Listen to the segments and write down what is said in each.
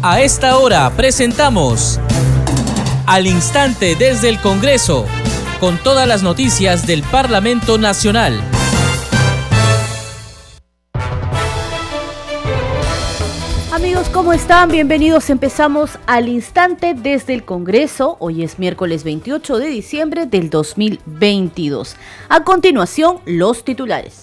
A esta hora presentamos Al Instante desde el Congreso, con todas las noticias del Parlamento Nacional. Amigos, ¿cómo están? Bienvenidos. Empezamos Al Instante desde el Congreso. Hoy es miércoles 28 de diciembre del 2022. A continuación, los titulares.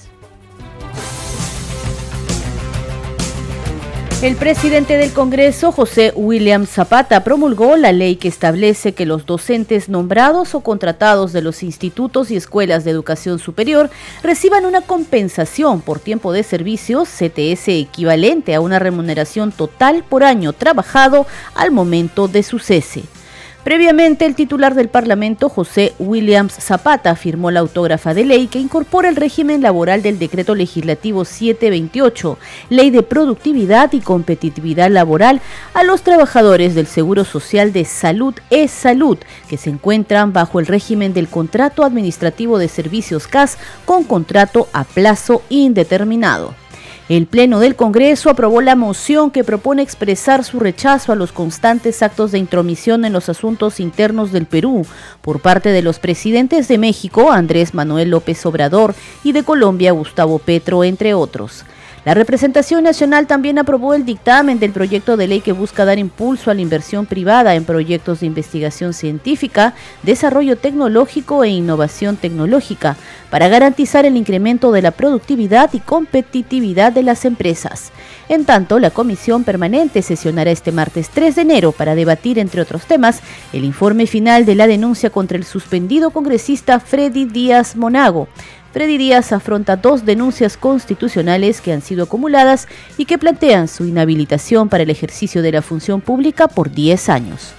El presidente del Congreso, José William Zapata, promulgó la ley que establece que los docentes nombrados o contratados de los institutos y escuelas de educación superior reciban una compensación por tiempo de servicio CTS equivalente a una remuneración total por año trabajado al momento de su cese. Previamente, el titular del Parlamento, José Williams Zapata, firmó la autógrafa de ley que incorpora el régimen laboral del Decreto Legislativo 728, Ley de Productividad y Competitividad Laboral, a los trabajadores del Seguro Social de Salud e-Salud, que se encuentran bajo el régimen del Contrato Administrativo de Servicios CAS con contrato a plazo indeterminado. El Pleno del Congreso aprobó la moción que propone expresar su rechazo a los constantes actos de intromisión en los asuntos internos del Perú por parte de los presidentes de México, Andrés Manuel López Obrador, y de Colombia, Gustavo Petro, entre otros. La representación nacional también aprobó el dictamen del proyecto de ley que busca dar impulso a la inversión privada en proyectos de investigación científica, desarrollo tecnológico e innovación tecnológica para garantizar el incremento de la productividad y competitividad de las empresas. En tanto, la Comisión Permanente sesionará este martes 3 de enero para debatir, entre otros temas, el informe final de la denuncia contra el suspendido congresista Freddy Díaz Monago. Freddy Díaz afronta 2 denuncias constitucionales que han sido acumuladas y que plantean su inhabilitación para el ejercicio de la función pública por 10 años.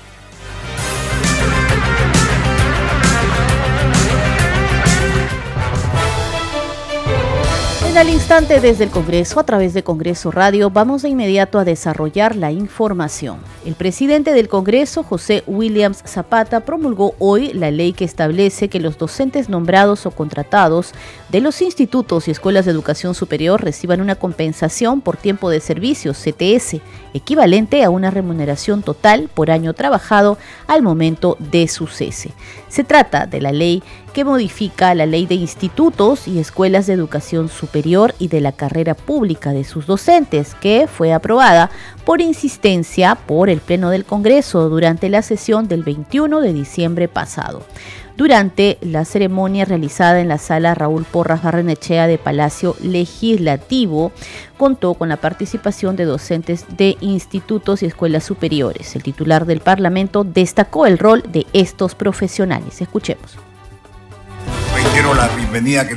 Al Instante desde el Congreso, a través de Congreso Radio, vamos de inmediato a desarrollar la información. El presidente del Congreso, José Williams Zapata, promulgó hoy la ley que establece que los docentes nombrados o contratados de los institutos y escuelas de educación superior reciban una compensación por tiempo de servicio, CTS, equivalente a una remuneración total por año trabajado al momento de su cese. Se trata de la ley que modifica la ley de institutos y escuelas de educación superior y de la carrera pública de sus docentes, que fue aprobada por insistencia por el Pleno del Congreso durante la sesión del 21 de diciembre pasado. Durante la ceremonia realizada en la sala Raúl Porras Barrenechea de Palacio Legislativo, contó con la participación de docentes de institutos y escuelas superiores. El titular del Parlamento destacó el rol de estos profesionales. Escuchemos. Reitero la bienvenida que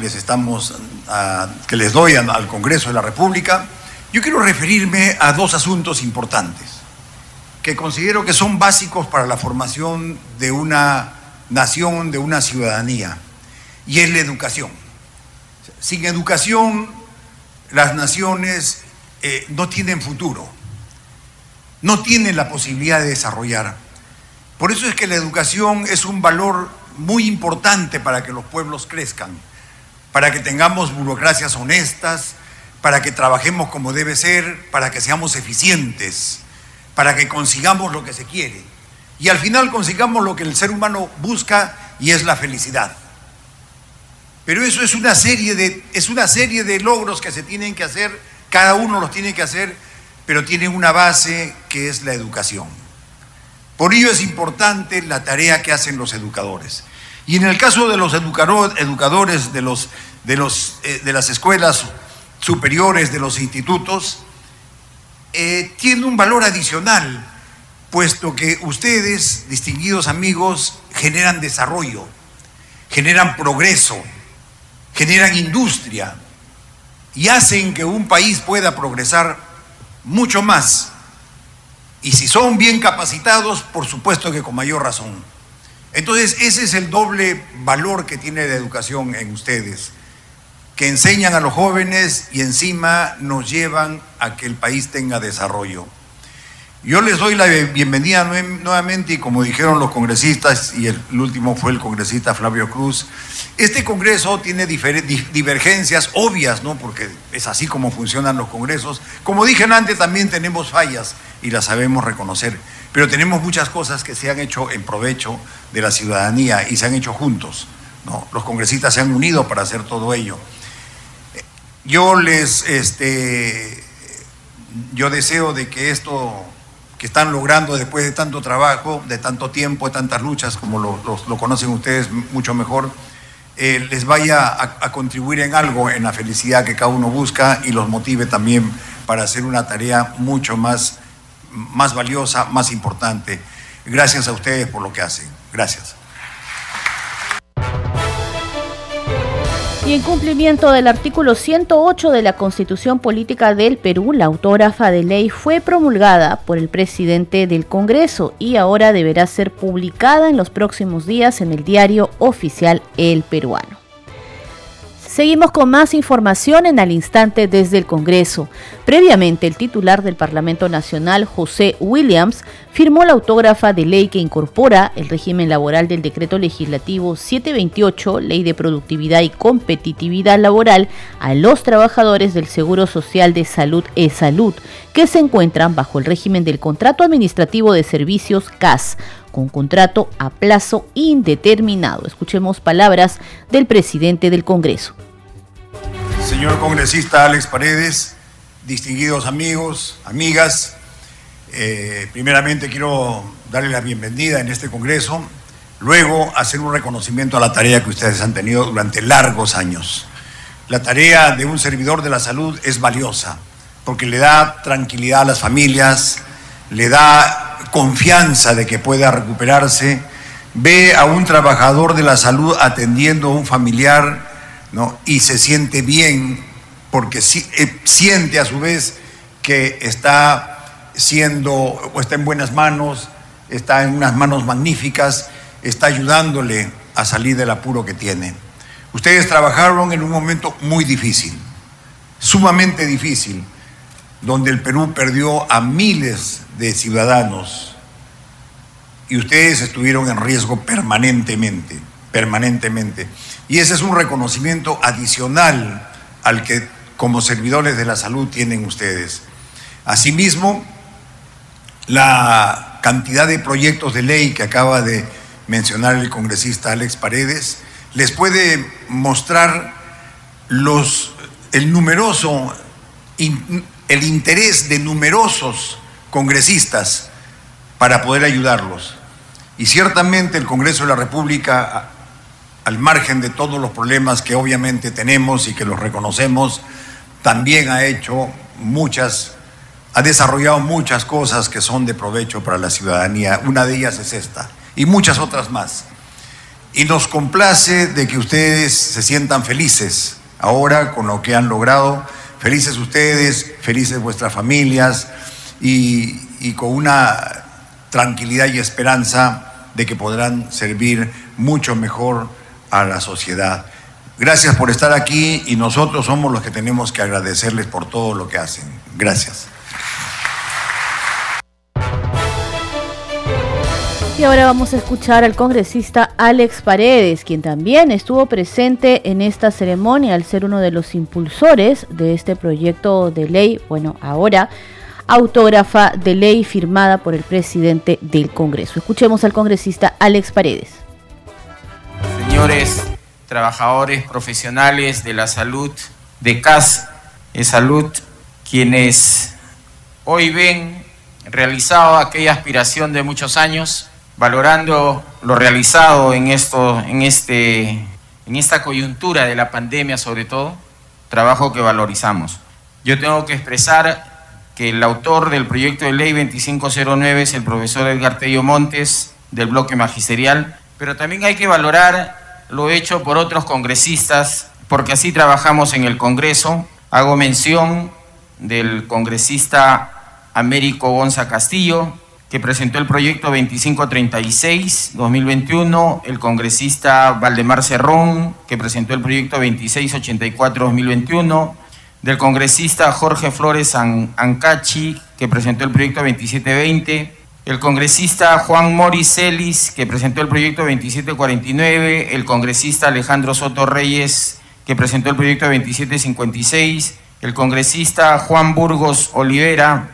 les doy al Congreso de la República. Yo quiero referirme a 2 asuntos importantes que considero que son básicos para la formación de una nación, de una ciudadanía, y es la educación. Sin educación, las naciones no tienen futuro, no tienen la posibilidad de desarrollar. Por eso es que la educación es un valor muy importante para que los pueblos crezcan, para que tengamos burocracias honestas, para que trabajemos como debe ser, para que seamos eficientes, para que consigamos lo que se quiere y al final consigamos lo que el ser humano busca, y es la felicidad. Pero eso es una serie de logros que se tienen que hacer, cada uno los tiene que hacer, pero tienen una base que es la educación. Por ello es importante la tarea que hacen los educadores. Y en el caso de los educadores de las escuelas superiores, de los institutos, tiene un valor adicional, puesto que ustedes, distinguidos amigos, generan desarrollo, generan progreso, generan industria y hacen que un país pueda progresar mucho más. Y si son bien capacitados, por supuesto que con mayor razón. Entonces, ese es el doble valor que tiene la educación en ustedes, que enseñan a los jóvenes y encima nos llevan a que el país tenga desarrollo. Yo les doy la bienvenida nuevamente y como dijeron los congresistas, y el último fue el congresista Flavio Cruz, este congreso tiene divergencias obvias, ¿no? Porque es así como funcionan los congresos. Como dije antes, también tenemos fallas y las sabemos reconocer, pero tenemos muchas cosas que se han hecho en provecho de la ciudadanía y se han hecho juntos, ¿no? Los congresistas se han unido para hacer todo ello. Yo deseo de que esto que están logrando después de tanto trabajo, de tanto tiempo, de tantas luchas, como lo conocen ustedes mucho mejor, les vaya a contribuir en algo, en la felicidad que cada uno busca y los motive también para hacer una tarea mucho más valiosa, más importante. Gracias a ustedes por lo que hacen. Gracias. Y en cumplimiento del artículo 108 de la Constitución Política del Perú, la autógrafa de ley fue promulgada por el presidente del Congreso y ahora deberá ser publicada en los próximos días en el diario oficial El Peruano. Seguimos con más información en Al Instante desde el Congreso. Previamente, el titular del Parlamento Nacional, José Williams, firmó la autógrafa de ley que incorpora el régimen laboral del Decreto Legislativo 728, Ley de Productividad y Competitividad Laboral, a los trabajadores del Seguro Social de Salud e-Salud, que se encuentran bajo el régimen del Contrato Administrativo de Servicios CAS, con contrato a plazo indeterminado. Escuchemos palabras del presidente del Congreso. Señor congresista Alex Paredes, distinguidos amigos, amigas, primeramente quiero darle la bienvenida en este Congreso, luego hacer un reconocimiento a la tarea que ustedes han tenido durante largos años. La tarea de un servidor de la salud es valiosa, porque le da tranquilidad a las familias, le da confianza de que pueda recuperarse, ve a un trabajador de la salud atendiendo a un familiar, ¿no? Y se siente bien porque siente a su vez que está en buenas manos, está en unas manos magníficas, está ayudándole a salir del apuro que tiene. Ustedes trabajaron en un momento muy difícil, sumamente difícil, donde el Perú perdió a miles de ciudadanos y ustedes estuvieron en riesgo permanentemente. Y ese es un reconocimiento adicional al que como servidores de la salud tienen ustedes. Asimismo, la cantidad de proyectos de ley que acaba de mencionar el congresista Alex Paredes les puede mostrar el interés de numerosos congresistas para poder ayudarlos. Y ciertamente el Congreso de la República, al margen de todos los problemas que obviamente tenemos y que los reconocemos, también ha desarrollado muchas cosas que son de provecho para la ciudadanía. Una de ellas es esta, y muchas otras más. Y nos complace de que ustedes se sientan felices ahora con lo que han logrado. Felices ustedes, felices vuestras familias y con una tranquilidad y esperanza de que podrán servir mucho mejor a la sociedad. Gracias por estar aquí y nosotros somos los que tenemos que agradecerles por todo lo que hacen. Gracias. Y ahora vamos a escuchar al congresista Alex Paredes, quien también estuvo presente en esta ceremonia al ser uno de los impulsores de este proyecto de ley, ahora autógrafa de ley firmada por el presidente del Congreso. Escuchemos al congresista Alex Paredes. Señores trabajadores profesionales de la salud, de CAS e-Salud, quienes hoy ven realizado aquella aspiración de muchos años, valorando lo realizado en esta coyuntura de la pandemia sobre todo, trabajo que valorizamos. Yo tengo que expresar que el autor del proyecto de ley 2509 es el profesor Edgar Tello Montes, del bloque magisterial, pero también hay que valorar lo hecho por otros congresistas, porque así trabajamos en el Congreso. Hago mención del congresista Américo Gonza Castillo, que presentó el proyecto 2536-2021, el congresista Valdemar Cerrón, que presentó el proyecto 2684-2021, del congresista Jorge Flores Ancachi, que presentó el proyecto 2720, el congresista Juan Mori Celis, que presentó el proyecto 2749, el congresista Alejandro Soto Reyes, que presentó el proyecto 2756, el congresista Juan Burgos Olivera,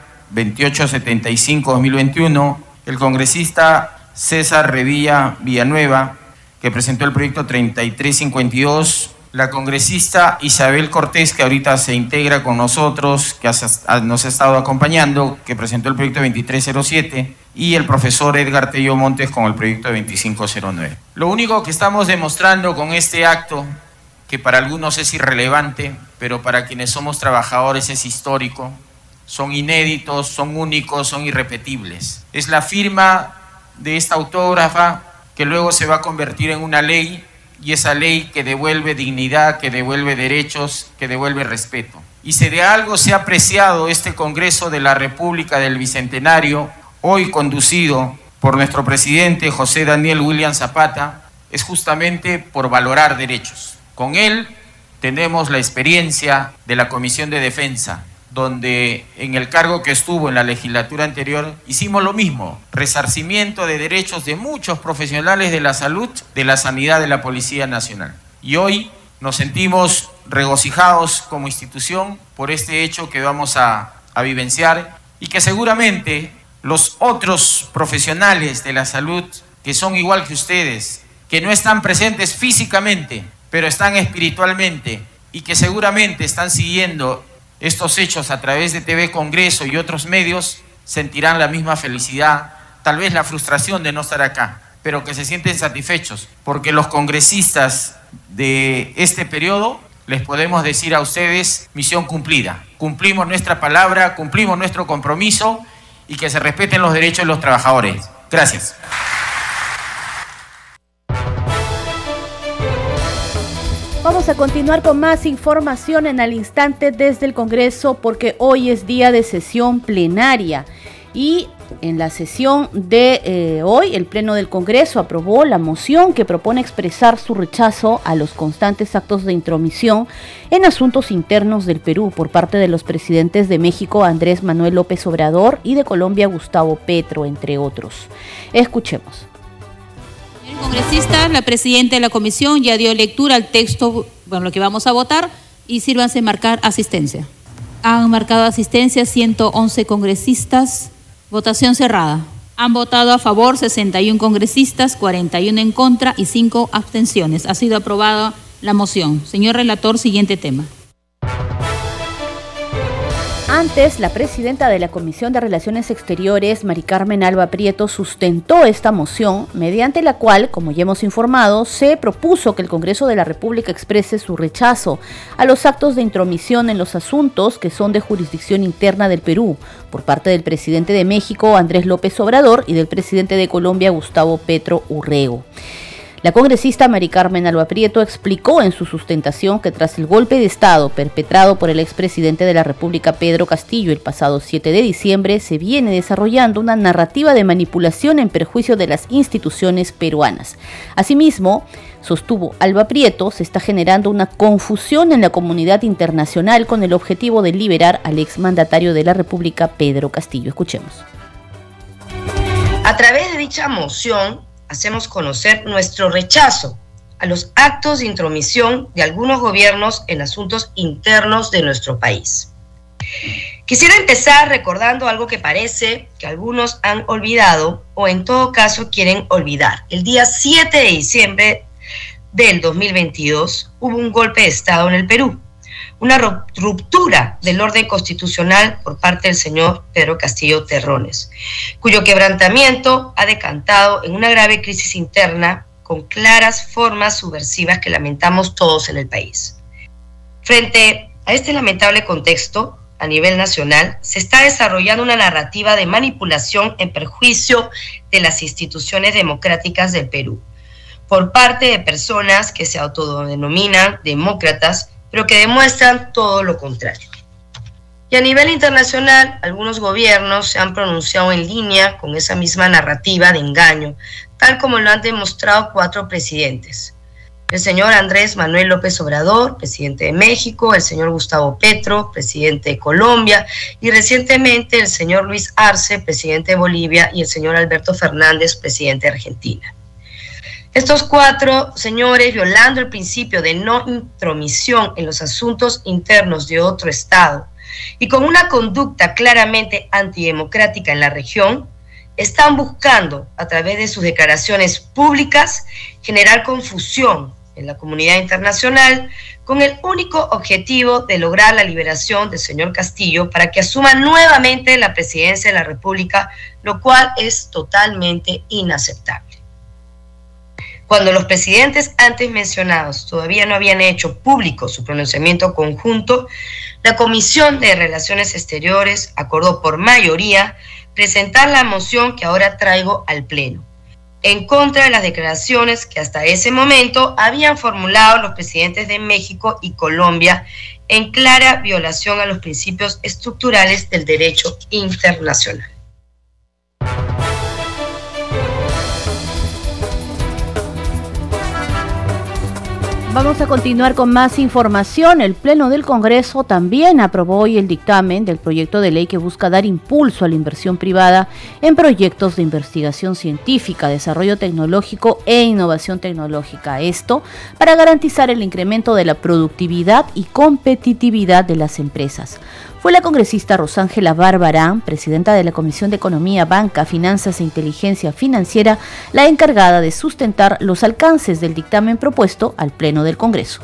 2875-2021, el congresista César Revilla Villanueva, que presentó el proyecto 3352, la congresista Isabel Cortés, que ahorita se integra con nosotros, que nos ha estado acompañando, que presentó el proyecto 2307, y el profesor Edgar Tello Montes con el proyecto 2509. Lo único que estamos demostrando con este acto, que para algunos es irrelevante, pero para quienes somos trabajadores es histórico, son inéditos, son únicos, son irrepetibles. Es la firma de esta autógrafa que luego se va a convertir en una ley, y esa ley que devuelve dignidad, que devuelve derechos, que devuelve respeto. Y si de algo se ha apreciado este Congreso de la República del Bicentenario, hoy conducido por nuestro presidente José Daniel William Zapata, es justamente por valorar derechos. Con él tenemos la experiencia de la Comisión de Defensa, donde en el cargo que estuvo en la legislatura anterior hicimos lo mismo, resarcimiento de derechos de muchos profesionales de la salud, de la sanidad de la Policía Nacional. Y hoy nos sentimos regocijados como institución por este hecho que vamos a vivenciar, y que seguramente los otros profesionales de la salud, que son igual que ustedes, que no están presentes físicamente, pero están espiritualmente, y que seguramente están siguiendo estos hechos a través de TV Congreso y otros medios, sentirán la misma felicidad, tal vez la frustración de no estar acá, pero que se sienten satisfechos, porque los congresistas de este periodo les podemos decir a ustedes: misión cumplida. Cumplimos nuestra palabra, cumplimos nuestro compromiso, y que se respeten los derechos de los trabajadores. Gracias. Vamos a continuar con más información en Al Instante desde el Congreso, porque hoy es día de sesión plenaria, y en la sesión de hoy el Pleno del Congreso aprobó la moción que propone expresar su rechazo a los constantes actos de intromisión en asuntos internos del Perú por parte de los presidentes de México, Andrés Manuel López Obrador, y de Colombia, Gustavo Petro, entre otros. Escuchemos. Señor congresista, la presidenta de la comisión ya dio lectura al texto, lo que vamos a votar, y sírvanse marcar asistencia. Han marcado asistencia 111 congresistas. Votación cerrada. Han votado a favor 61 congresistas, 41 en contra y 5 abstenciones. Ha sido aprobada la moción. Señor relator, siguiente tema. Antes, la presidenta de la Comisión de Relaciones Exteriores, Mari Carmen Alba Prieto, sustentó esta moción, mediante la cual, como ya hemos informado, se propuso que el Congreso de la República exprese su rechazo a los actos de intromisión en los asuntos que son de jurisdicción interna del Perú, por parte del presidente de México, Andrés López Obrador, y del presidente de Colombia, Gustavo Petro Urrego. La congresista Mari Carmen Alba Prieto explicó en su sustentación que tras el golpe de Estado perpetrado por el expresidente de la República, Pedro Castillo, el pasado 7 de diciembre, se viene desarrollando una narrativa de manipulación en perjuicio de las instituciones peruanas. Asimismo, sostuvo Alba Prieto, se está generando una confusión en la comunidad internacional con el objetivo de liberar al exmandatario de la República, Pedro Castillo. Escuchemos. A través de dicha moción, hacemos conocer nuestro rechazo a los actos de intromisión de algunos gobiernos en asuntos internos de nuestro país. Quisiera empezar recordando algo que parece que algunos han olvidado, o en todo caso quieren olvidar. El día 7 de diciembre del 2022 hubo un golpe de Estado en el Perú, una ruptura del orden constitucional por parte del señor Pedro Castillo Terrones, cuyo quebrantamiento ha decantado en una grave crisis interna con claras formas subversivas que lamentamos todos en el país. Frente a este lamentable contexto, a nivel nacional, se está desarrollando una narrativa de manipulación en perjuicio de las instituciones democráticas del Perú, por parte de personas que se autodenominan demócratas, pero que demuestran todo lo contrario. Y a nivel internacional, algunos gobiernos se han pronunciado en línea con esa misma narrativa de engaño, tal como lo han demostrado 4 presidentes. el señor Andrés Manuel López Obrador, presidente de México, el señor Gustavo Petro, presidente de Colombia, y recientemente el señor Luis Arce, presidente de Bolivia, y el señor Alberto Fernández, presidente de Argentina. Estos 4 señores, violando el principio de no intromisión en los asuntos internos de otro Estado y con una conducta claramente antidemocrática en la región, están buscando, a través de sus declaraciones públicas, generar confusión en la comunidad internacional con el único objetivo de lograr la liberación del señor Castillo para que asuma nuevamente la presidencia de la República, lo cual es totalmente inaceptable. Cuando los presidentes antes mencionados todavía no habían hecho público su pronunciamiento conjunto, la Comisión de Relaciones Exteriores acordó por mayoría presentar la moción que ahora traigo al Pleno, en contra de las declaraciones que hasta ese momento habían formulado los presidentes de México y Colombia en clara violación a los principios estructurales del derecho internacional. Vamos a continuar con más información. El Pleno del Congreso también aprobó hoy el dictamen del proyecto de ley que busca dar impulso a la inversión privada en proyectos de investigación científica, desarrollo tecnológico e innovación tecnológica. Esto para garantizar el incremento de la productividad y competitividad de las empresas. Fue la congresista Rosángela Barbarán, presidenta de la Comisión de Economía, Banca, Finanzas e Inteligencia Financiera, la encargada de sustentar los alcances del dictamen propuesto al Pleno del Congreso.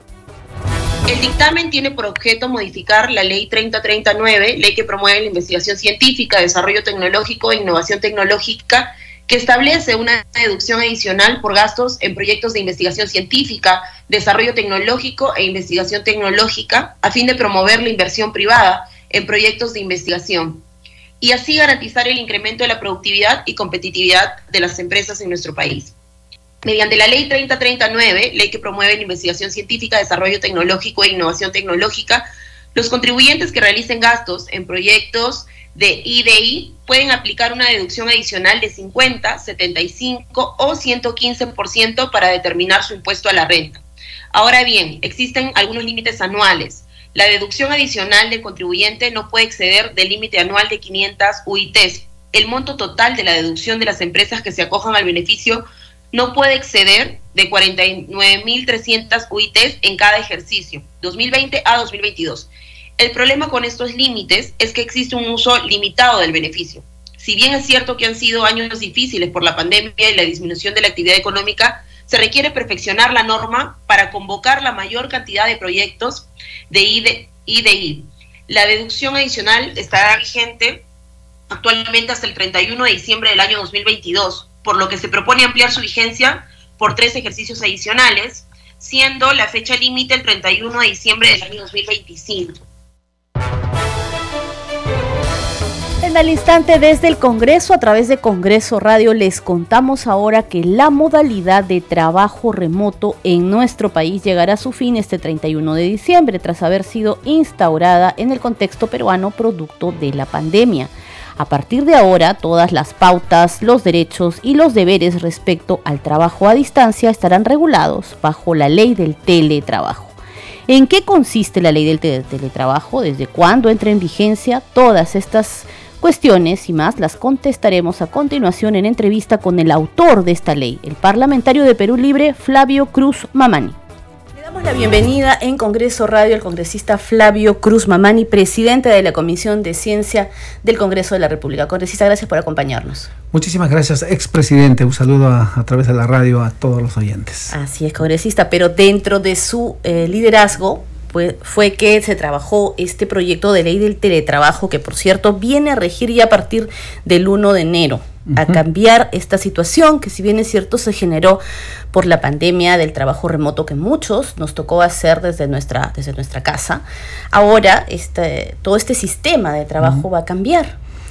El dictamen tiene por objeto modificar la Ley 3039, ley que promueve la investigación científica, desarrollo tecnológico e innovación tecnológica, que establece una deducción adicional por gastos en proyectos de investigación científica, desarrollo tecnológico e investigación tecnológica, a fin de promover la inversión privada en proyectos de investigación y así garantizar el incremento de la productividad y competitividad de las empresas en nuestro país. Mediante la Ley 3039, ley que promueve la investigación científica, desarrollo tecnológico e innovación tecnológica, los contribuyentes que realicen gastos en proyectos de IDI pueden aplicar una deducción adicional de 50, 75 o 115% para determinar su impuesto a la renta. Ahora bien, existen algunos límites anuales. La deducción adicional del contribuyente no puede exceder del límite anual de 500 UITs. El monto total de la deducción de las empresas que se acojan al beneficio no puede exceder de 49.300 UITs en cada ejercicio, 2020 a 2022. El problema con estos límites es que existe un uso limitado del beneficio. Si bien es cierto que han sido años difíciles por la pandemia y la disminución de la actividad económica, se requiere perfeccionar la norma para convocar la mayor cantidad de proyectos de IDI. La deducción adicional estará vigente actualmente hasta el 31 de diciembre del año 2022, por lo que se propone ampliar su vigencia por 3 ejercicios adicionales, siendo la fecha límite el 31 de diciembre del año 2025. En el instante desde el Congreso, a través de Congreso Radio, les contamos ahora que la modalidad de trabajo remoto en nuestro país llegará a su fin este 31 de diciembre, tras haber sido instaurada en el contexto peruano producto de la pandemia. A partir de ahora, todas las pautas, los derechos y los deberes respecto al trabajo a distancia estarán regulados bajo la ley del teletrabajo. ¿En qué consiste la ley del teletrabajo? ¿Desde cuándo entra en vigencia? Todas estas cuestiones y más las contestaremos a continuación en entrevista con el autor de esta ley, el parlamentario de Perú Libre, Flavio Cruz Mamani. Le damos la bienvenida en Congreso Radio al congresista Flavio Cruz Mamani, presidente de la Comisión de Ciencia del Congreso de la República. Congresista, gracias por acompañarnos. Muchísimas gracias, expresidente. Un saludo a través de la radio a todos los oyentes. Así es, congresista, pero dentro de su liderazgo, fue que se trabajó este proyecto de ley del teletrabajo, que por cierto viene a regir ya a partir del 1 de enero, a cambiar esta situación que, si bien es cierto, se generó por la pandemia del trabajo remoto que muchos nos tocó hacer desde nuestra casa. Ahora todo este sistema de trabajo va a cambiar.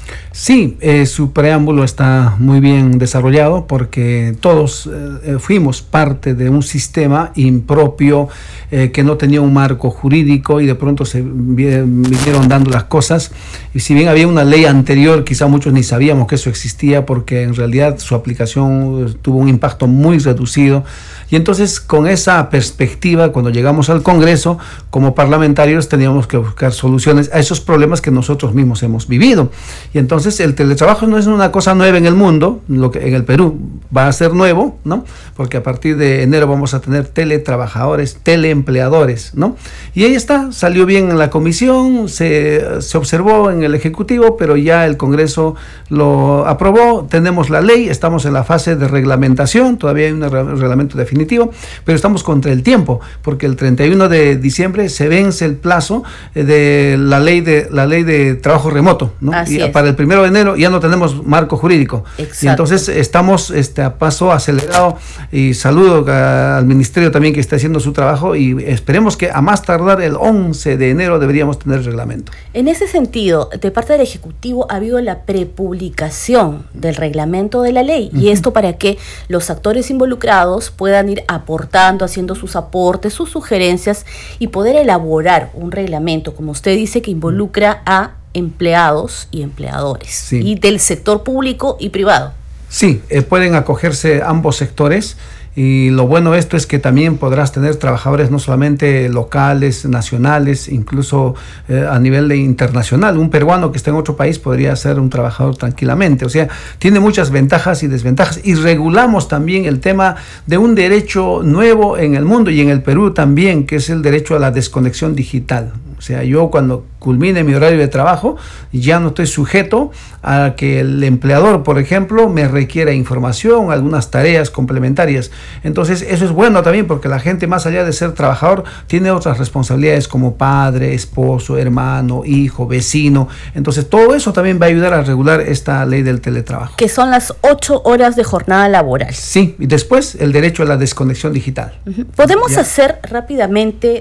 Sí, su preámbulo está muy bien desarrollado porque todos fuimos parte de un sistema impropio que no tenía un marco jurídico y de pronto se vinieron dando las cosas, y si bien había una ley anterior, quizá muchos ni sabíamos que eso existía porque en realidad su aplicación tuvo un impacto muy reducido. Y entonces, con esa perspectiva, cuando llegamos al Congreso, como parlamentarios teníamos que buscar soluciones a esos problemas que nosotros mismos hemos vivido. Y entonces el teletrabajo no es una cosa nueva en el mundo, lo que en el Perú va a ser nuevo, ¿no? Porque a partir de enero vamos a tener teletrabajadores, teleempleadores, ¿no? Y ahí está, salió bien en la comisión, se observó en el Ejecutivo, pero ya el Congreso lo aprobó, tenemos la ley, estamos en la fase de reglamentación, todavía hay un reglamento definitivo, pero estamos contra el tiempo, porque el 31 de diciembre se vence el plazo de la ley de trabajo remoto, ¿no? Y para el 1 de enero ya no tenemos marco jurídico. Exacto. Y entonces estamos a paso acelerado, y saludo al ministerio también que está haciendo su trabajo, y esperemos que a más tardar el 11 de enero deberíamos tener reglamento. En ese sentido, de parte del Ejecutivo ha habido la prepublicación del reglamento de la ley, y esto para que los actores involucrados puedan ir aportando, haciendo sus aportes, sus sugerencias, y poder elaborar un reglamento, como usted dice, que involucra a empleados y empleadores, sí, y del sector público y privado. Sí, pueden acogerse ambos sectores. Y lo bueno de esto es que también podrás tener trabajadores no solamente locales, nacionales, incluso a nivel internacional. Un peruano que está en otro país podría ser un trabajador tranquilamente. O sea, tiene muchas ventajas y desventajas. Y regulamos también el tema de un derecho nuevo en el mundo y en el Perú también, que es el derecho a la desconexión digital. O sea, yo cuando culmine mi horario de trabajo ya no estoy sujeto a que el empleador, por ejemplo, me requiera información, algunas tareas complementarias. Entonces eso es bueno también, porque la gente, más allá de ser trabajador, tiene otras responsabilidades como padre, esposo, hermano, hijo, vecino. Entonces todo eso también va a ayudar a regular esta ley del teletrabajo, que son las 8 horas de jornada laboral. Sí, y después el derecho a la desconexión digital. ¿Podemos hacer rápidamente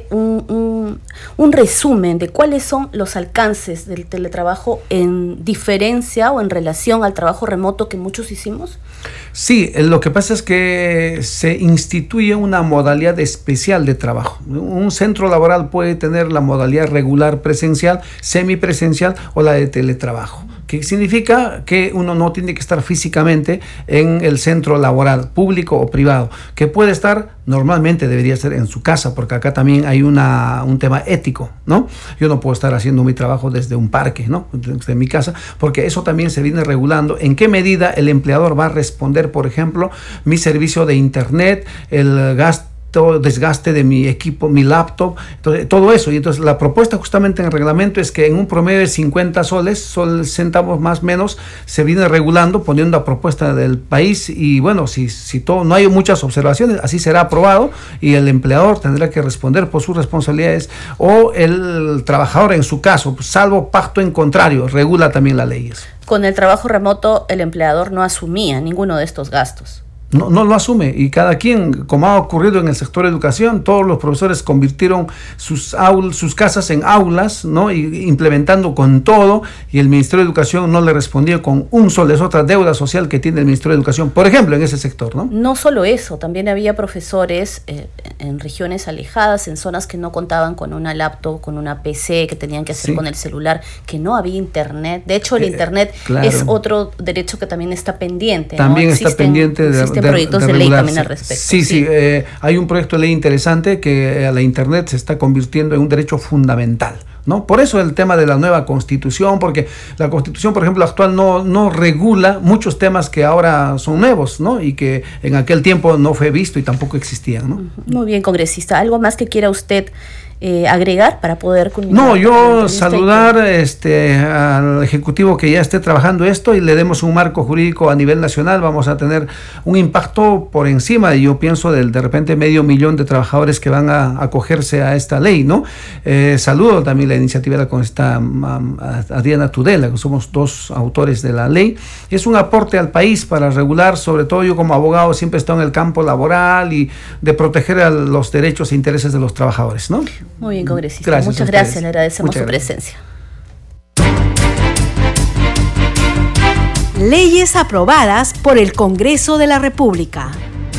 un resumen de cuáles son los alcances del teletrabajo en diferencia o en relación al trabajo remoto que muchos hicimos? Sí, lo que pasa es que se instituye una modalidad especial de trabajo. Un centro laboral puede tener la modalidad regular presencial, semipresencial o la de teletrabajo, que significa que uno no tiene que estar físicamente en el centro laboral, público o privado, que puede estar, normalmente debería ser en su casa, porque acá también hay un tema ético, ¿no? Yo no puedo estar haciendo mi trabajo desde un parque, ¿no? Desde mi casa, porque eso también se viene regulando. ¿En qué medida el empleador va a responder, por ejemplo, mi servicio de internet, el gasto, desgaste de mi equipo, mi laptop, entonces, todo eso? Y entonces la propuesta justamente en el reglamento es que en un promedio de 50 centavos más o menos se viene regulando, poniendo a propuesta del país, y bueno, si todo, no hay muchas observaciones, así será aprobado, y el empleador tendrá que responder por sus responsabilidades, o el trabajador en su caso, salvo pacto en contrario, regula también las leyes. Con el trabajo remoto el empleador no asumía ninguno de estos gastos. No lo asume, y cada quien, como ha ocurrido en el sector de educación, todos los profesores convirtieron sus casas en aulas, ¿no? Y implementando con todo, y el Ministerio de Educación no le respondió con un sol. Es otra deuda social que tiene el Ministerio de Educación, por ejemplo, en ese sector, ¿no? No solo eso, también había profesores en regiones alejadas, en zonas que no contaban con una laptop, con una PC, que tenían que hacer con el celular, que no había internet. De hecho, el internet es otro derecho que también está pendiente, ¿no? También está pendiente de proyectos de ley también al respecto. Sí, hay un proyecto de ley interesante que la internet se está convirtiendo en un derecho fundamental, ¿no? Por eso el tema de la nueva constitución, porque la constitución, por ejemplo, actual no regula muchos temas que ahora son nuevos, ¿no? Y que en aquel tiempo no fue visto y tampoco existían, ¿no? Muy bien, congresista. ¿Algo más que quiera usted agregar para poder culminar? No, yo saludar al Ejecutivo que ya esté trabajando esto y le demos un marco jurídico a nivel nacional. Vamos a tener un impacto por encima, yo pienso, de repente 500,000 de trabajadores que van a acogerse a esta ley, ¿no? Saludo también la iniciativa con esta Adriana Tudela, que somos 2 autores de la ley. Es un aporte al país para regular, sobre todo yo como abogado siempre he estado en el campo laboral y de proteger a los derechos e intereses de los trabajadores, ¿no? Muy bien, congresista. Muchas gracias, le agradecemos su presencia. Leyes aprobadas por el Congreso de la República.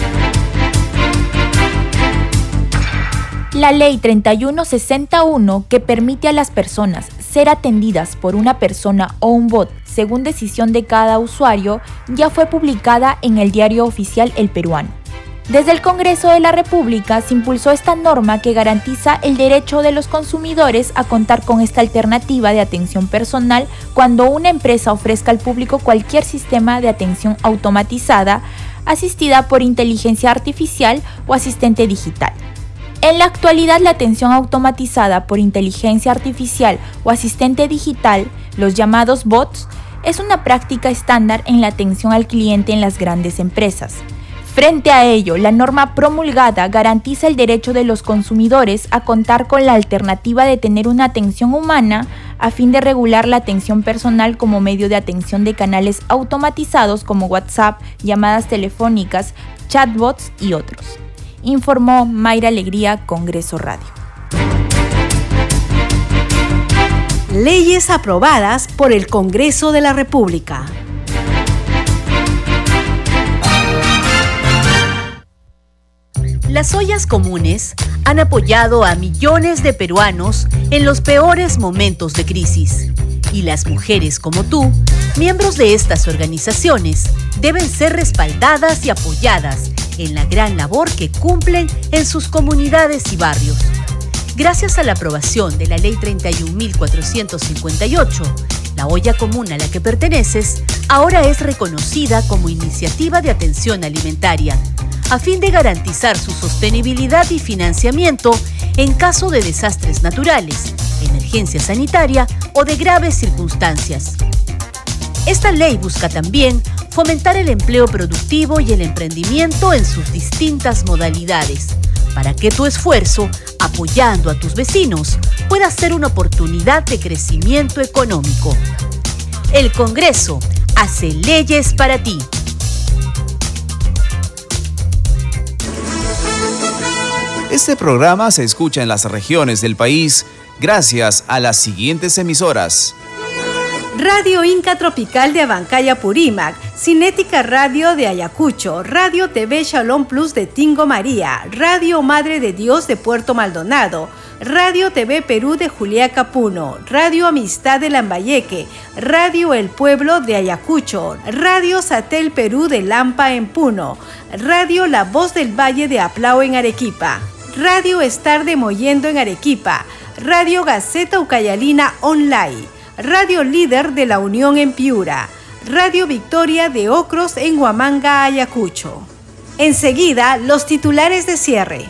La Ley 3161, que permite a las personas ser atendidas por una persona o un bot según decisión de cada usuario, ya fue publicada en el Diario Oficial El Peruano. Desde el Congreso de la República se impulsó esta norma que garantiza el derecho de los consumidores a contar con esta alternativa de atención personal cuando una empresa ofrezca al público cualquier sistema de atención automatizada, asistida por inteligencia artificial o asistente digital. En la actualidad, la atención automatizada por inteligencia artificial o asistente digital, los llamados bots, es una práctica estándar en la atención al cliente en las grandes empresas. Frente a ello, la norma promulgada garantiza el derecho de los consumidores a contar con la alternativa de tener una atención humana a fin de regular la atención personal como medio de atención de canales automatizados como WhatsApp, llamadas telefónicas, chatbots y otros. Informó Mayra Alegría, Congreso Radio. Leyes aprobadas por el Congreso de la República. Las ollas comunes han apoyado a millones de peruanos en los peores momentos de crisis. Y las mujeres como tú, miembros de estas organizaciones, deben ser respaldadas y apoyadas en la gran labor que cumplen en sus comunidades y barrios. Gracias a la aprobación de la Ley 31.458, la olla común a la que perteneces ahora es reconocida como iniciativa de atención alimentaria, a fin de garantizar su sostenibilidad y financiamiento en caso de desastres naturales, emergencia sanitaria o de graves circunstancias. Esta ley busca también fomentar el empleo productivo y el emprendimiento en sus distintas modalidades, para que tu esfuerzo, apoyando a tus vecinos, pueda ser una oportunidad de crecimiento económico. El Congreso hace leyes para ti. Este programa se escucha en las regiones del país gracias a las siguientes emisoras: Radio Inca Tropical de Abancaya, Purímac, Cinética Radio de Ayacucho, Radio TV Shalom Plus de Tingo María, Radio Madre de Dios de Puerto Maldonado, Radio TV Perú de Juliaca, Puno, Radio Amistad de Lambayeque, Radio El Pueblo de Ayacucho, Radio Satel Perú de Lampa en Puno, Radio La Voz del Valle de Aplao en Arequipa, Radio Estar de Mollendo en Arequipa, Radio Gaceta Ucayalina Online, Radio Líder de La Unión en Piura, Radio Victoria de Ocros en Huamanga, Ayacucho. Enseguida, los titulares de cierre.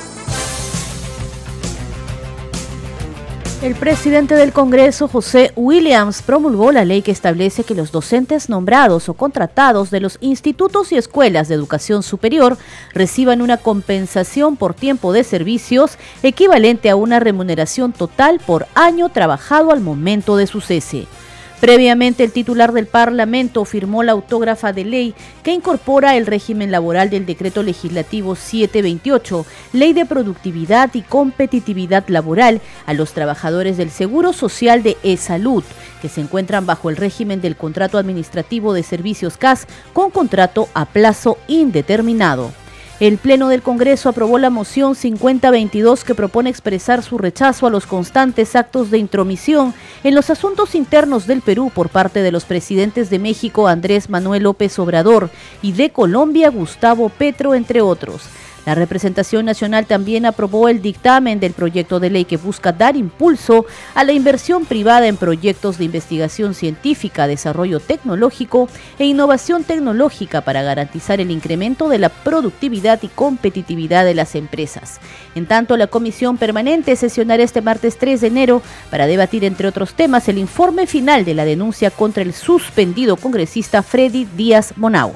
El presidente del Congreso, José Williams, promulgó la ley que establece que los docentes nombrados o contratados de los institutos y escuelas de educación superior reciban una compensación por tiempo de servicios equivalente a una remuneración total por año trabajado al momento de su cese. Previamente, el titular del Parlamento firmó la autógrafa de ley que incorpora el régimen laboral del Decreto Legislativo 728, Ley de Productividad y Competitividad Laboral, a los trabajadores del Seguro Social de E-Salud, que se encuentran bajo el régimen del Contrato Administrativo de Servicios CAS con contrato a plazo indeterminado. El Pleno del Congreso aprobó la moción 5022 que propone expresar su rechazo a los constantes actos de intromisión en los asuntos internos del Perú por parte de los presidentes de México, Andrés Manuel López Obrador, y de Colombia, Gustavo Petro, entre otros. La representación nacional también aprobó el dictamen del proyecto de ley que busca dar impulso a la inversión privada en proyectos de investigación científica, desarrollo tecnológico e innovación tecnológica para garantizar el incremento de la productividad y competitividad de las empresas. En tanto, la Comisión Permanente sesionará este martes 3 de enero para debatir, entre otros temas, el informe final de la denuncia contra el suspendido congresista Freddy Díaz Monao.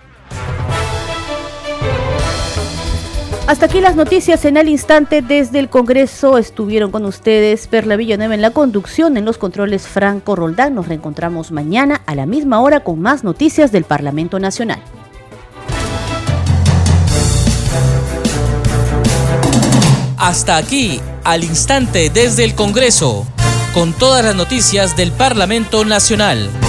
Hasta aquí las noticias en el instante desde el Congreso. Estuvieron con ustedes Perla Villanueva en la conducción, en los controles Franco Roldán. Nos reencontramos mañana a la misma hora con más noticias del Parlamento Nacional. Hasta aquí, al instante desde el Congreso, con todas las noticias del Parlamento Nacional.